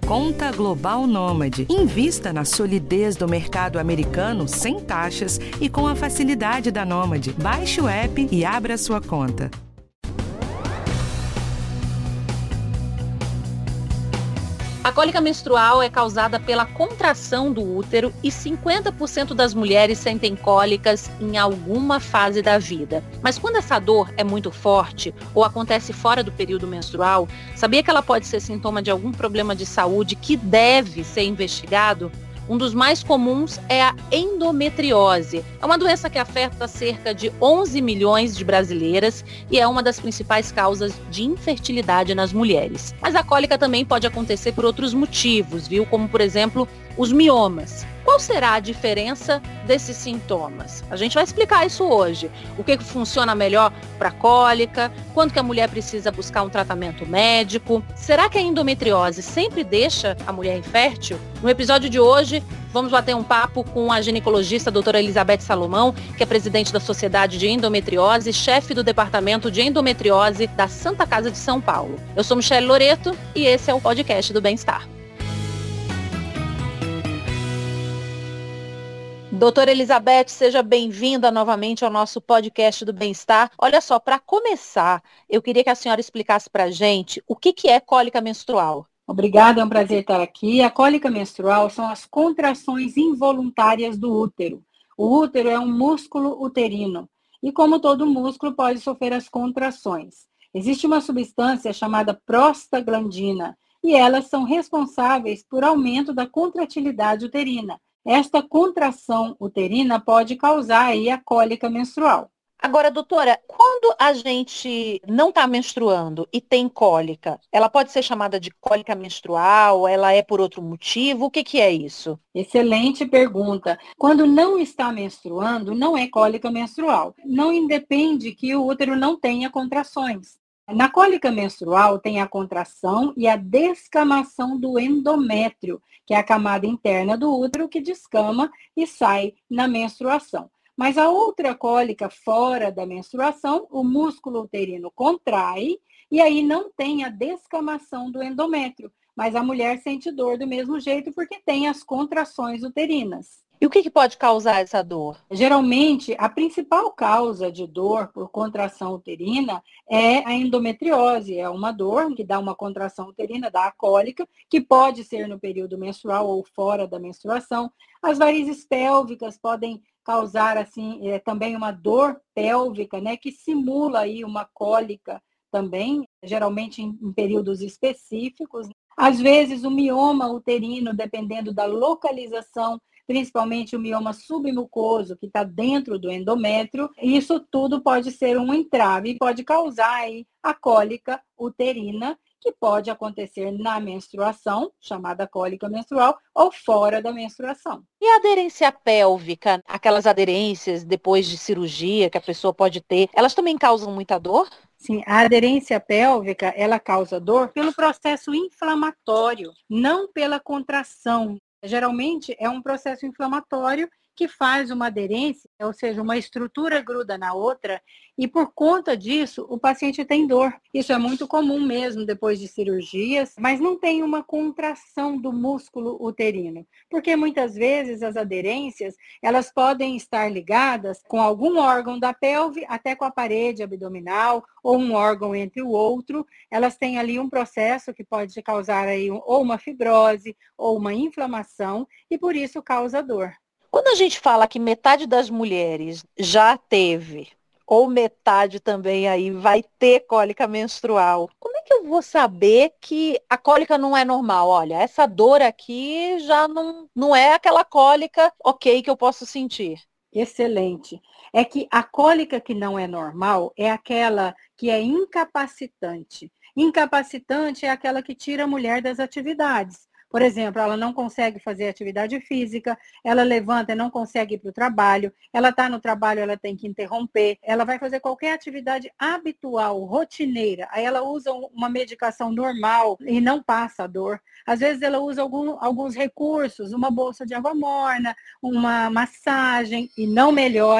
Conta Global Nômade. Invista na solidez do mercado americano sem taxas e com a facilidade da Nômade. Baixe o app e abra sua conta. A cólica menstrual é causada pela contração do útero e 50% das mulheres sentem cólicas em alguma fase da vida. Mas quando essa dor é muito forte ou acontece fora do período menstrual, sabia que ela pode ser sintoma de algum problema de saúde que deve ser investigado? Um dos mais comuns é a endometriose. É uma doença que afeta cerca de 11 milhões de brasileiras e é uma das principais causas de infertilidade nas mulheres. Mas a cólica também pode acontecer por outros motivos, viu? Como, por exemplo, os miomas. Qual será a diferença desses sintomas? A gente vai explicar isso hoje. O que funciona melhor para a cólica? Quando que a mulher precisa buscar um tratamento médico? Será que a endometriose sempre deixa a mulher infértil? No episódio de hoje, vamos bater um papo com a ginecologista doutora Elizabeth Salomão, que é presidente da Sociedade de Endometriose e chefe do Departamento de Endometriose da Santa Casa de São Paulo. Eu sou Michele Loreto e esse é o podcast do Bem-Estar. Doutora Elizabeth, seja bem-vinda novamente ao nosso podcast do Bem-Estar. Olha só, para começar, eu queria que a senhora explicasse para a gente o que é cólica menstrual. Obrigada, é um prazer estar aqui. A cólica menstrual são as contrações involuntárias do útero. O útero é um músculo uterino e, como todo músculo, pode sofrer as contrações. Existe uma substância chamada prostaglandina e elas são responsáveis por aumento da contratilidade uterina. Esta contração uterina pode causar aí a cólica menstrual. Agora, doutora, quando a gente não está menstruando e tem cólica, ela pode ser chamada de cólica menstrual? Ela é por outro motivo? O que é isso? Excelente pergunta. Quando não está menstruando, não é cólica menstrual. Não independe que o útero não tenha contrações. Na cólica menstrual tem a contração e a descamação do endométrio, que é a camada interna do útero que descama e sai na menstruação. Mas a outra cólica fora da menstruação, o músculo uterino contrai e aí não tem a descamação do endométrio, mas a mulher sente dor do mesmo jeito porque tem as contrações uterinas. E o que pode causar essa dor? Geralmente, a principal causa de dor por contração uterina é a endometriose. É uma dor que dá uma contração uterina, dá a cólica, que pode ser no período menstrual ou fora da menstruação. As varizes pélvicas podem causar assim, também uma dor pélvica, né, que simula aí uma cólica também, geralmente em períodos específicos. Às vezes, o mioma uterino, dependendo da localização, principalmente o mioma submucoso, que está dentro do endométrio, isso tudo pode ser um entrave e pode causar aí a cólica uterina, que pode acontecer na menstruação, chamada cólica menstrual, ou fora da menstruação. E a aderência pélvica, aquelas aderências depois de cirurgia que a pessoa pode ter, elas também causam muita dor? Sim, a aderência pélvica, ela causa dor pelo processo inflamatório, não pela contração. Geralmente é um processo inflamatório que faz uma aderência, ou seja, uma estrutura gruda na outra, e por conta disso o paciente tem dor. Isso é muito comum mesmo depois de cirurgias, mas não tem uma contração do músculo uterino, porque muitas vezes as aderências, elas podem estar ligadas com algum órgão da pelve, até com a parede abdominal, ou um órgão entre o outro. Elas têm ali um processo que pode causar aí ou uma fibrose, ou uma inflamação, e por isso causa dor. Quando a gente fala que metade das mulheres já teve, ou metade também aí vai ter cólica menstrual, como é que eu vou saber que a cólica não é normal? Olha, essa dor aqui já não é aquela cólica ok que eu posso sentir. Excelente. É que a cólica que não é normal é aquela que é incapacitante. Incapacitante é aquela que tira a mulher das atividades. Por exemplo, ela não consegue fazer atividade física, ela levanta e não consegue ir para o trabalho, ela está no trabalho, ela tem que interromper, ela vai fazer qualquer atividade habitual, rotineira, aí ela usa uma medicação normal e não passa a dor. Às vezes ela usa alguns recursos, uma bolsa de água morna, uma massagem e não melhora.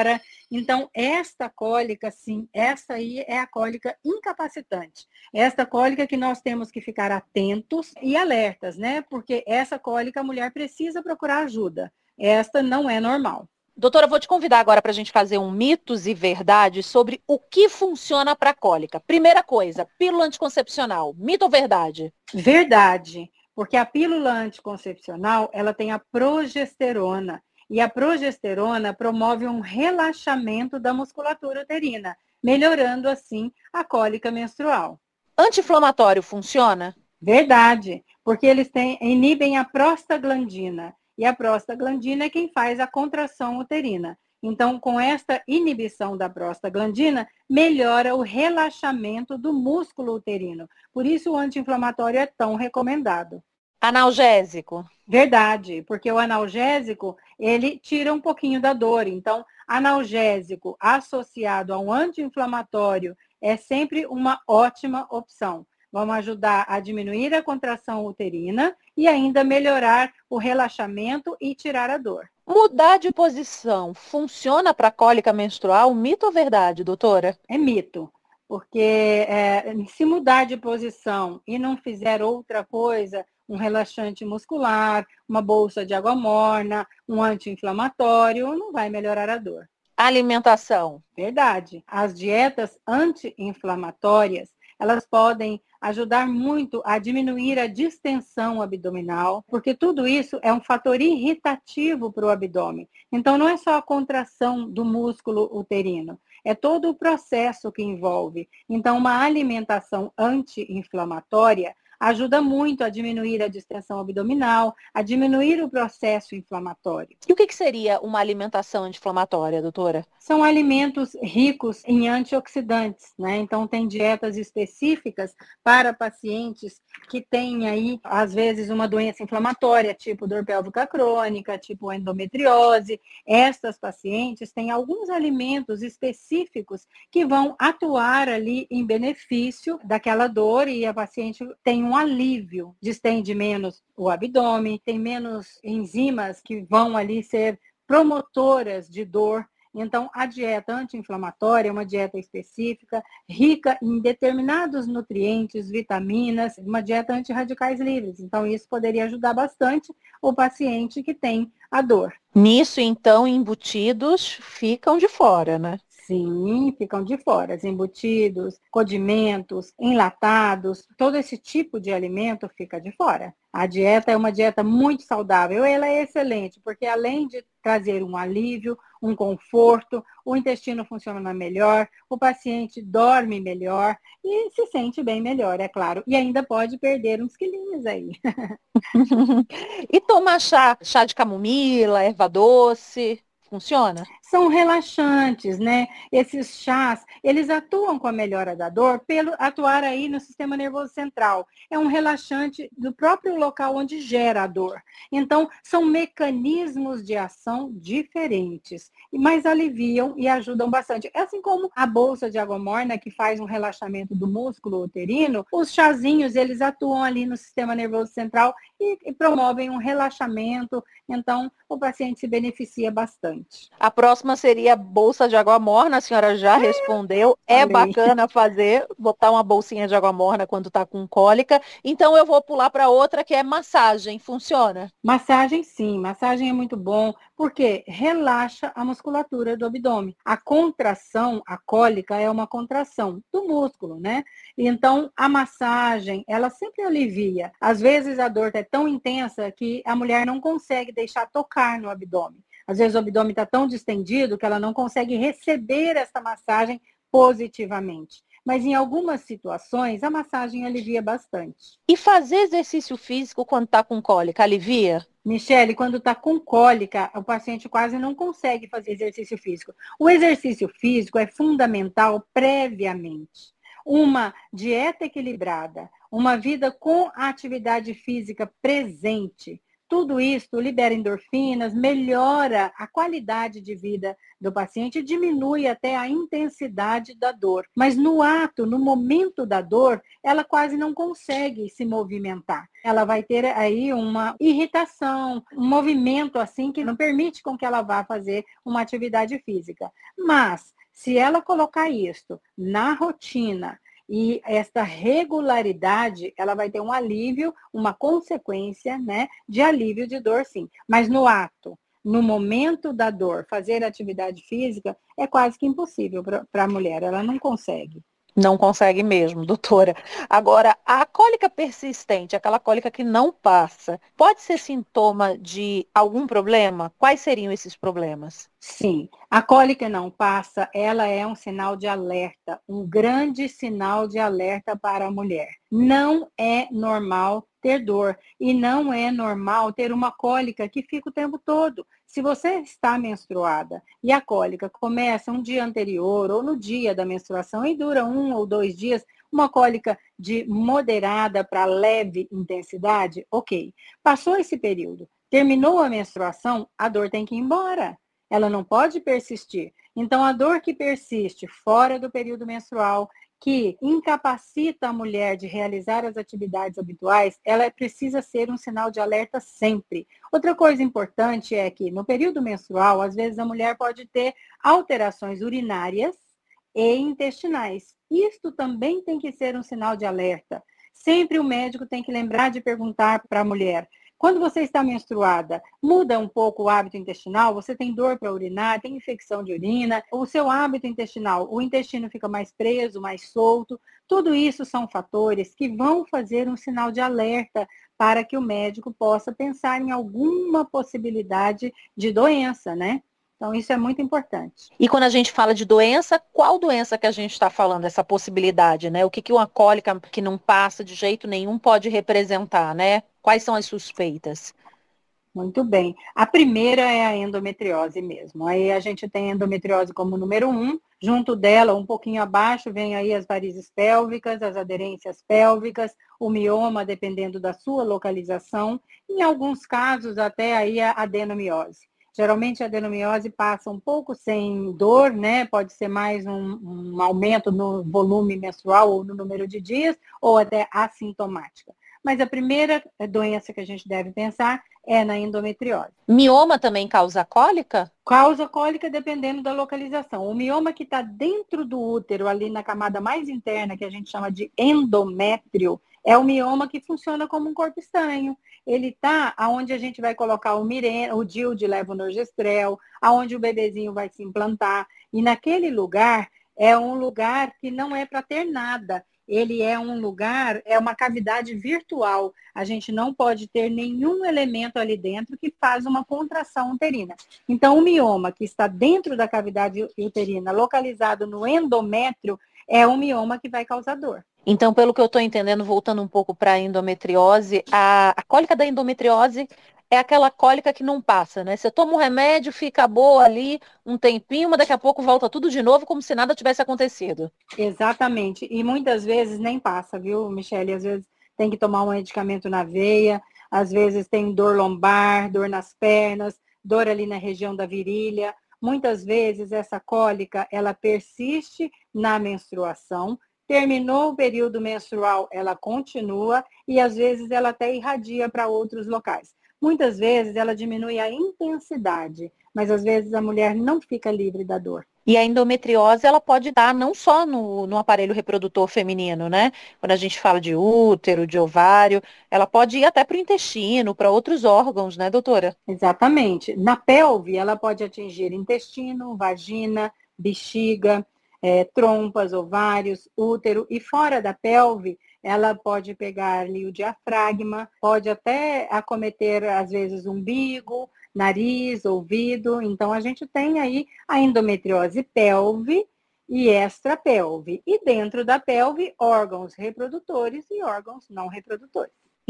Então, esta cólica, sim, essa aí é a cólica incapacitante. Esta cólica que nós temos que ficar atentos e alertas, né? Porque essa cólica a mulher precisa procurar ajuda. Esta não é normal. Doutora, eu vou te convidar agora para a gente fazer um mitos e verdades sobre o que funciona para cólica. Primeira coisa, pílula anticoncepcional, mito ou verdade? Verdade, porque a pílula anticoncepcional, ela tem a progesterona, e a progesterona promove um relaxamento da musculatura uterina, melhorando assim a cólica menstrual. Anti-inflamatório funciona? Verdade, porque inibem a prostaglandina, e a prostaglandina é quem faz a contração uterina. Então, com esta inibição da prostaglandina, melhora o relaxamento do músculo uterino. Por isso, o anti-inflamatório é tão recomendado. Analgésico? Verdade, porque o analgésico, ele tira um pouquinho da dor. Então, analgésico associado a um anti-inflamatório é sempre uma ótima opção. Vamos ajudar a diminuir a contração uterina e ainda melhorar o relaxamento e tirar a dor. Mudar de posição funciona para cólica menstrual? Mito ou verdade, doutora? É mito, porque se mudar de posição e não fizer outra coisa, um relaxante muscular, uma bolsa de água morna, um anti-inflamatório, não vai melhorar a dor. Alimentação? Verdade. As dietas anti-inflamatórias, elas podem ajudar muito a diminuir a distensão abdominal, porque tudo isso é um fator irritativo para o abdômen. Então, não é só a contração do músculo uterino, é todo o processo que envolve. Então, uma alimentação anti-inflamatória ajuda muito a diminuir a distensão abdominal, a diminuir o processo inflamatório. E o que seria uma alimentação anti-inflamatória, doutora? São alimentos ricos em antioxidantes, né? Então, tem dietas específicas para pacientes que têm aí, às vezes, uma doença inflamatória, tipo dor pélvica crônica, tipo endometriose. Estas pacientes têm alguns alimentos específicos que vão atuar ali em benefício daquela dor e a paciente tem um alívio, distende menos o abdômen, tem menos enzimas que vão ali ser promotoras de dor. Então, a dieta anti-inflamatória é uma dieta específica, rica em determinados nutrientes, vitaminas, uma dieta anti-radicais livres. Então, isso poderia ajudar bastante o paciente que tem a dor. Nisso, então, embutidos ficam de fora, né? Sim, ficam de fora. Embutidos, condimentos, enlatados, todo esse tipo de alimento fica de fora. A dieta é uma dieta muito saudável, ela é excelente, porque além de trazer um alívio, um conforto, o intestino funciona melhor, o paciente dorme melhor e se sente bem melhor, é claro. E ainda pode perder uns quilinhos aí. E tomar chá de camomila, erva doce, funciona? São relaxantes, né? Esses chás, eles atuam com a melhora da dor pelo atuar aí no sistema nervoso central. É um relaxante do próprio local onde gera a dor. Então, são mecanismos de ação diferentes, mas aliviam e ajudam bastante. Assim como a bolsa de água morna, que faz um relaxamento do músculo uterino, os chazinhos, eles atuam ali no sistema nervoso central e promovem um relaxamento. Então, o paciente se beneficia bastante. A próxima seria bolsa de água morna, a senhora já respondeu. É bacana fazer, botar uma bolsinha de água morna quando está com cólica. Então eu vou pular para outra que é massagem. Funciona? Massagem, sim. Massagem é muito bom, porque relaxa a musculatura do abdômen. A contração, a cólica, é uma contração do músculo, né? Então, a massagem, ela sempre alivia. Às vezes a dor é tão intensa que a mulher não consegue deixar tocar no abdômen. Às vezes o abdômen está tão distendido que ela não consegue receber essa massagem positivamente. Mas em algumas situações, a massagem alivia bastante. E fazer exercício físico quando está com cólica, alivia? Michele, quando está com cólica, o paciente quase não consegue fazer exercício físico. O exercício físico é fundamental previamente. Uma dieta equilibrada, uma vida com a atividade física presente, Tudo isso libera endorfinas, melhora a qualidade de vida do paciente e diminui até a intensidade da dor. Mas no ato, no momento da dor, ela quase não consegue se movimentar. Ela vai ter aí uma irritação, um movimento assim que não permite com que ela vá fazer uma atividade física. Mas se ela colocar isso na rotina, e esta regularidade, ela vai ter um alívio, uma consequência, né, de alívio de dor, sim. Mas no ato, no momento da dor, fazer atividade física é quase que impossível para a mulher, ela não consegue. Não consegue mesmo, doutora. Agora, a cólica persistente, aquela cólica que não passa, pode ser sintoma de algum problema? Quais seriam esses problemas? Sim, a cólica não passa, ela é um sinal de alerta, um grande sinal de alerta para a mulher. Não é normal ter dor e não é normal ter uma cólica que fica o tempo todo. Se você está menstruada e a cólica começa um dia anterior ou no dia da menstruação e dura 1 ou 2 dias, uma cólica de moderada para leve intensidade, ok. Passou esse período, terminou a menstruação, a dor tem que ir embora. Ela não pode persistir. Então, a dor que persiste fora do período menstrual, que incapacita a mulher de realizar as atividades habituais, ela precisa ser um sinal de alerta sempre. Outra coisa importante é que no período menstrual, às vezes a mulher pode ter alterações urinárias e intestinais. Isto também tem que ser um sinal de alerta. Sempre o médico tem que lembrar de perguntar para a mulher: quando você está menstruada, muda um pouco o hábito intestinal? Você tem dor para urinar, tem infecção de urina? O seu hábito intestinal, o intestino fica mais preso, mais solto? Tudo isso são fatores que vão fazer um sinal de alerta para que o médico possa pensar em alguma possibilidade de doença, né? Então, isso é muito importante. E quando a gente fala de doença, qual doença que a gente está falando, essa possibilidade, né? O que uma cólica que não passa de jeito nenhum pode representar, né? Quais são as suspeitas? Muito bem. A primeira é a endometriose mesmo. Aí a gente tem a endometriose como número 1. Junto dela, um pouquinho abaixo, vem aí as varizes pélvicas, as aderências pélvicas, o mioma, dependendo da sua localização. Em alguns casos, até aí a adenomiose. Geralmente a adenomiose passa um pouco sem dor, né? Pode ser mais um aumento no volume menstrual ou no número de dias, ou até assintomática. Mas a primeira doença que a gente deve pensar é na endometriose. Mioma também causa cólica? Causa cólica dependendo da localização. O mioma que está dentro do útero, ali na camada mais interna, que a gente chama de endométrio, é o mioma que funciona como um corpo estranho. Ele está onde a gente vai colocar o Mirena, o DIU de levonorgestrel, aonde o bebezinho vai se implantar. E naquele lugar, é um lugar que não é para ter nada. Ele é um lugar, é uma cavidade virtual. A gente não pode ter nenhum elemento ali dentro que faz uma contração uterina. Então, o mioma que está dentro da cavidade uterina, localizado no endométrio, é um mioma que vai causar dor. Então, pelo que eu estou entendendo, voltando um pouco para a endometriose, a cólica da endometriose é aquela cólica que não passa, né? Você toma um remédio, fica boa ali um tempinho, mas daqui a pouco volta tudo de novo, como se nada tivesse acontecido. Exatamente. E muitas vezes nem passa, viu, Michele? Às vezes tem que tomar um medicamento na veia, às vezes tem dor lombar, dor nas pernas, dor ali na região da virilha. Muitas vezes essa cólica, ela persiste na menstruação, terminou o período menstrual, ela continua e às vezes ela até irradia para outros locais. Muitas vezes ela diminui a intensidade, mas às vezes a mulher não fica livre da dor. E a endometriose, ela pode dar não só no aparelho reprodutor feminino, né? Quando a gente fala de útero, de ovário, ela pode ir até para o intestino, para outros órgãos, né, doutora? Exatamente. Na pelve, ela pode atingir intestino, vagina, bexiga, trompas, ovários, útero. E fora da pelve, ela pode pegar ali o diafragma, pode até acometer, às vezes, umbigo, nariz, ouvido. Então, a gente tem aí a endometriose pelve e extrapelve. E dentro da pelve, órgãos reprodutores e órgãos não reprodutores.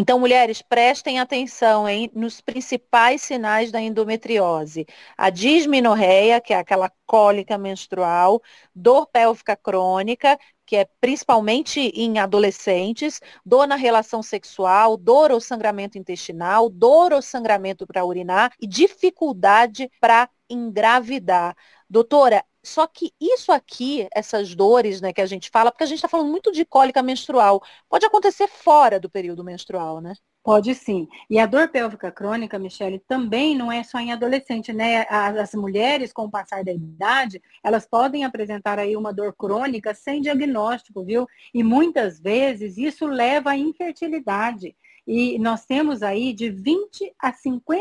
Então, mulheres, prestem atenção, hein, nos principais sinais da endometriose. A dismenorreia, que é aquela cólica menstrual, dor pélvica crônica, que é principalmente em adolescentes, dor na relação sexual, dor ou sangramento intestinal, dor ou sangramento para urinar e dificuldade para engravidar. Doutora, só que isso aqui, essas dores, né, que a gente fala, porque a gente está falando muito de cólica menstrual, pode acontecer fora do período menstrual, né? Pode sim. E a dor pélvica crônica, Michele, também não é só em adolescente, né? As mulheres, com o passar da idade, elas podem apresentar aí uma dor crônica sem diagnóstico, viu? E muitas vezes isso leva à infertilidade. E nós temos aí de 20 a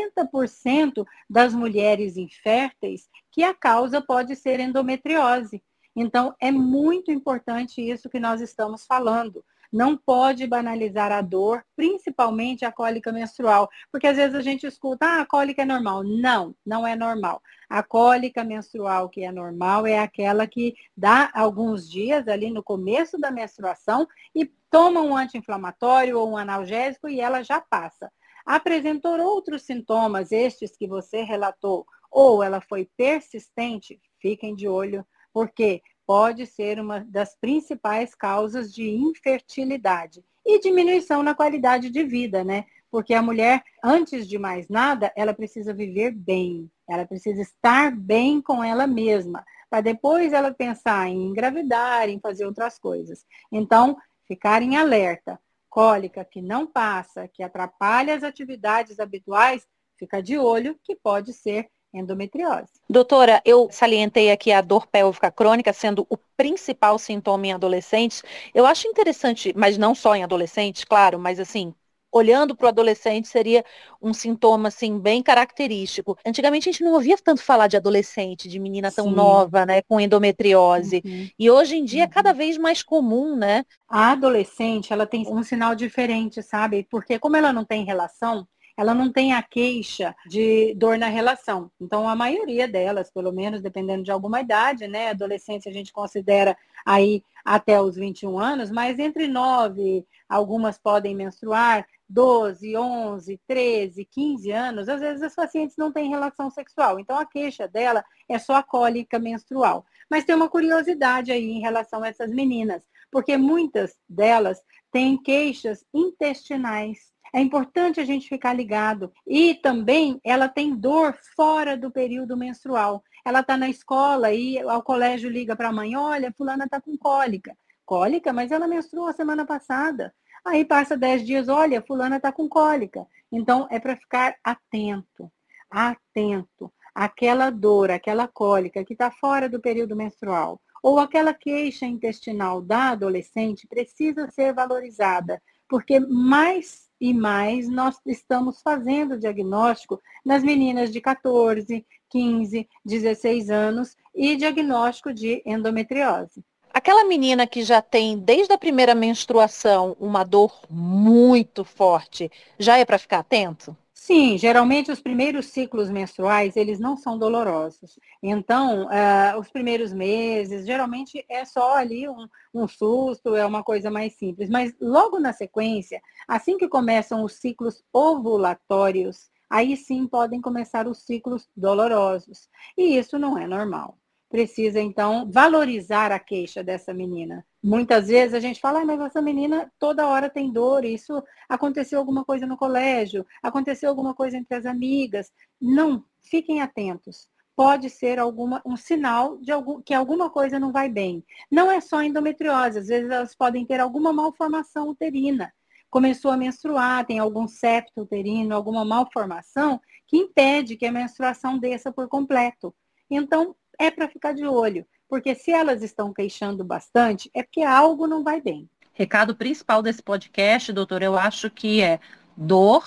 50% das mulheres inférteis que a causa pode ser endometriose. Então, é muito importante isso que nós estamos falando. Não pode banalizar a dor, principalmente a cólica menstrual, porque às vezes a gente escuta, a cólica é normal. Não, não é normal. A cólica menstrual que é normal é aquela que dá alguns dias ali no começo da menstruação e toma um anti-inflamatório ou um analgésico e ela já passa. Apresentou outros sintomas, estes que você relatou, ou ela foi persistente, fiquem de olho, porque pode ser uma das principais causas de infertilidade e diminuição na qualidade de vida, né? Porque a mulher, antes de mais nada, ela precisa viver bem, ela precisa estar bem com ela mesma, para depois ela pensar em engravidar, em fazer outras coisas. Então, ficar em alerta. Cólica que não passa, que atrapalha as atividades habituais, fica de olho que pode ser endometriose. Doutora, eu salientei aqui a dor pélvica crônica sendo o principal sintoma em adolescentes. Eu acho interessante, mas não só em adolescentes, claro, mas assim, olhando para o adolescente seria um sintoma assim bem característico. Antigamente a gente não ouvia tanto falar de adolescente, de menina tão Sim. nova, né, com endometriose. Uhum. E hoje em dia é cada vez mais comum, né? A adolescente, ela tem um sinal diferente, sabe? Porque como ela não tem relação, ela não tem a queixa de dor na relação. Então, a maioria delas, pelo menos dependendo de alguma idade, né? Adolescência a gente considera aí até os 21 anos, mas entre 9, algumas podem menstruar, 12, 11, 13, 15 anos, às vezes as pacientes não têm relação sexual. Então, a queixa dela é só a cólica menstrual. Mas tem uma curiosidade aí em relação a essas meninas, porque muitas delas têm queixas intestinais. É importante a gente ficar ligado. E também ela tem dor fora do período menstrual. Ela está na escola e ao colégio liga para a mãe, olha, fulana está com cólica. Cólica? Mas ela menstruou a semana passada. Aí passa 10 dias, olha, fulana está com cólica. Então, é para ficar atento, atento. Aquela dor, aquela cólica que está fora do período menstrual, ou aquela queixa intestinal da adolescente precisa ser valorizada, porque mais e mais nós estamos fazendo diagnóstico nas meninas de 14, 15, 16 anos e diagnóstico de endometriose. Aquela menina que já tem, desde a primeira menstruação, uma dor muito forte, já é para ficar atento? Sim, geralmente os primeiros ciclos menstruais, eles não são dolorosos. Então, os primeiros meses, geralmente é só ali um susto, é uma coisa mais simples. Mas logo na sequência, assim que começam os ciclos ovulatórios, aí sim podem começar os ciclos dolorosos. E isso não é normal. Precisa, então, valorizar a queixa dessa menina. Muitas vezes a gente fala, mas essa menina toda hora tem dor, isso aconteceu alguma coisa no colégio, aconteceu alguma coisa entre as amigas. Não, fiquem atentos. Pode ser um sinal de que alguma coisa não vai bem. Não é só endometriose, às vezes elas podem ter alguma malformação uterina. Começou a menstruar, tem algum septo uterino, alguma malformação que impede que a menstruação desça por completo. Então, é para ficar de olho, porque se elas estão queixando bastante, é porque algo não vai bem. Recado principal desse podcast, doutor, eu acho que é dor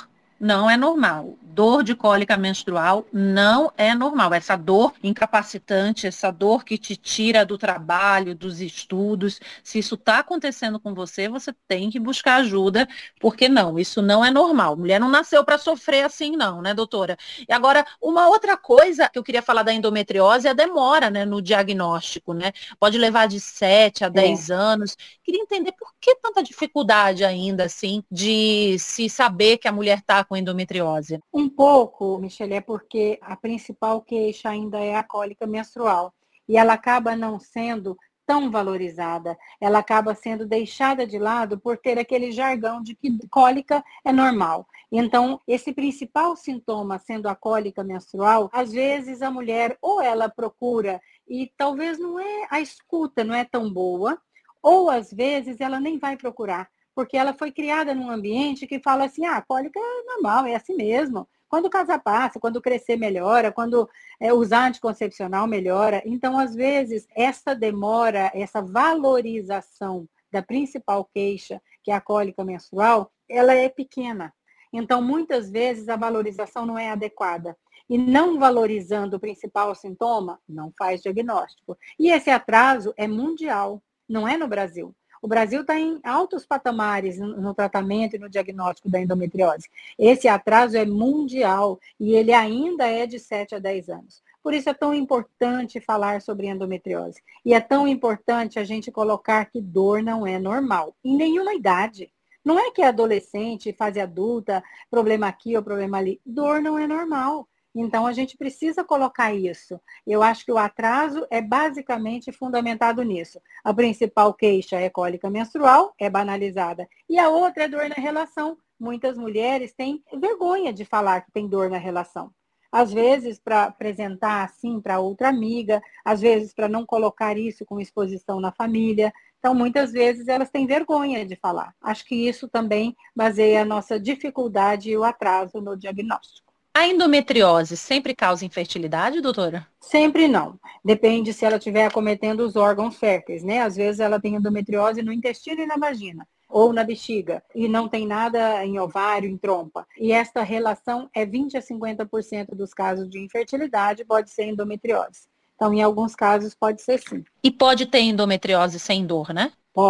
não é normal. Dor de cólica menstrual não é normal. Essa dor incapacitante, essa dor que te tira do trabalho, dos estudos, se isso está acontecendo com você, você tem que buscar ajuda, porque não, isso não é normal. Mulher não nasceu para sofrer assim não, né, doutora? E agora, uma outra coisa que eu queria falar da endometriose é a demora, né, no diagnóstico, né? Pode levar de 7 a 10 anos. Queria entender por que tanta dificuldade ainda, assim, de se saber que a mulher está com endometriose. Um pouco, Michele, é porque a principal queixa ainda é a cólica menstrual. E ela acaba não sendo tão valorizada. Ela acaba sendo deixada de lado por ter aquele jargão de que cólica é normal. Então, esse principal sintoma sendo a cólica menstrual, às vezes a mulher ou ela procura e talvez não é a escuta, não é tão boa, ou às vezes ela nem vai procurar, porque ela foi criada num ambiente que fala assim, cólica é normal, é assim mesmo. Quando o casar passa, quando crescer melhora, quando usar anticoncepcional melhora. Então, às vezes, essa demora, essa valorização da principal queixa, que é a cólica menstrual, ela é pequena. Então, muitas vezes, a valorização não é adequada. E não valorizando o principal sintoma, não faz diagnóstico. E esse atraso é mundial, não é no Brasil. O Brasil está em altos patamares no tratamento e no diagnóstico da endometriose. Esse atraso é mundial e ele ainda é de 7 a 10 anos. Por isso é tão importante falar sobre endometriose. E é tão importante a gente colocar que dor não é normal, em nenhuma idade. Não é que é adolescente, fase adulta, problema aqui ou problema ali. Dor não é normal. Então, a gente precisa colocar isso. Eu acho que o atraso é basicamente fundamentado nisso. A principal queixa é cólica menstrual, é banalizada. E a outra é dor na relação. Muitas mulheres têm vergonha de falar que tem dor na relação. Às vezes, para apresentar assim para outra amiga, às vezes, para não colocar isso com exposição na família. Então, muitas vezes, elas têm vergonha de falar. Acho que isso também baseia a nossa dificuldade e o atraso no diagnóstico. A endometriose sempre causa infertilidade, doutora? Sempre não. Depende se ela estiver acometendo os órgãos férteis, né? Às vezes ela tem endometriose no intestino e na vagina, ou na bexiga, e não tem nada em ovário, em trompa. E esta relação é 20 a 50% dos casos de infertilidade pode ser endometriose. Então, em alguns casos, pode ser sim. E pode ter endometriose sem dor, né?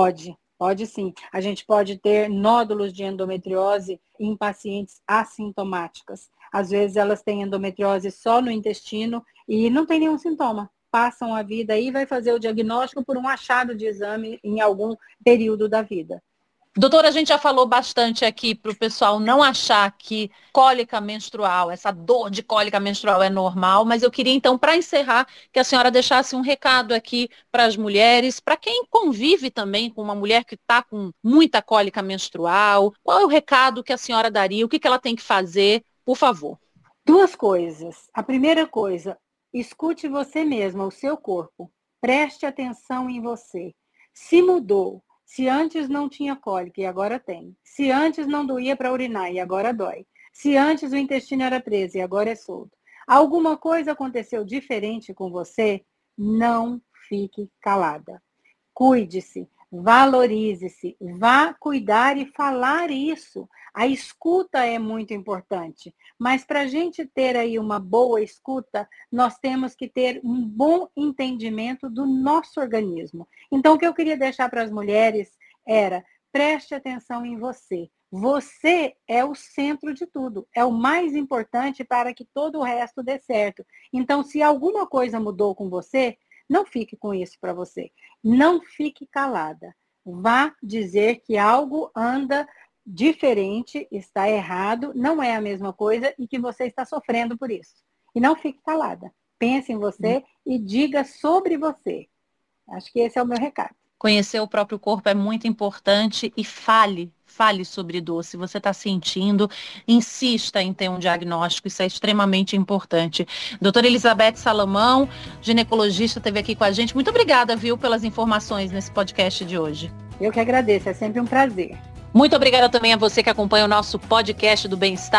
Pode sim. A gente pode ter nódulos de endometriose em pacientes assintomáticas. Às vezes elas têm endometriose só no intestino e não tem nenhum sintoma. Passam a vida aí e vai fazer o diagnóstico por um achado de exame em algum período da vida. Doutora, a gente já falou bastante aqui para o pessoal não achar que cólica menstrual, essa dor de cólica menstrual é normal, mas eu queria então, para encerrar, que a senhora deixasse um recado aqui para as mulheres, para quem convive também com uma mulher que está com muita cólica menstrual. Qual é o recado que a senhora daria? O que ela tem que fazer? Por favor. 2 coisas. A primeira coisa, escute você mesma, o seu corpo. Preste atenção em você. Se mudou. Se antes não tinha cólica e agora tem. Se antes não doía para urinar e agora dói. Se antes o intestino era preso e agora é solto. Alguma coisa aconteceu diferente com você? Não fique calada. Cuide-se, valorize-se, vá cuidar e falar isso. A escuta é muito importante, mas para a gente ter aí uma boa escuta, nós temos que ter um bom entendimento do nosso organismo. Então, o que eu queria deixar para as mulheres era, preste atenção em você. Você é o centro de tudo, é o mais importante para que todo o resto dê certo. Então, se alguma coisa mudou com você, não fique com isso para você. Não fique calada. Vá dizer que algo anda diferente, está errado, não é a mesma coisa e que você está sofrendo por isso. E não fique calada. Pense em você e diga sobre você. Acho que esse é o meu recado. Conhecer o próprio corpo é muito importante e fale sobre dor. Se você está sentindo, insista em ter um diagnóstico, isso é extremamente importante. Doutora Elizabeth Salomão, ginecologista, esteve aqui com a gente. Muito obrigada, viu, pelas informações nesse podcast de hoje. Eu que agradeço, é sempre um prazer. Muito obrigada também a você que acompanha o nosso podcast do Bem-Estar.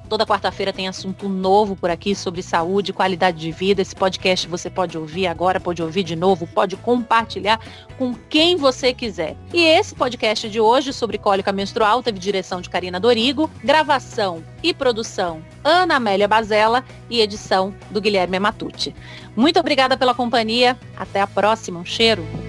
Toda quarta-feira tem assunto novo por aqui sobre saúde, qualidade de vida. Esse podcast você pode ouvir agora, pode ouvir de novo, pode compartilhar com quem você quiser. E esse podcast de hoje sobre cólica menstrual teve direção de Karina Dorigo, gravação e produção Ana Amélia Bazella e edição do Guilherme Matucci. Muito obrigada pela companhia. Até a próxima. Um cheiro.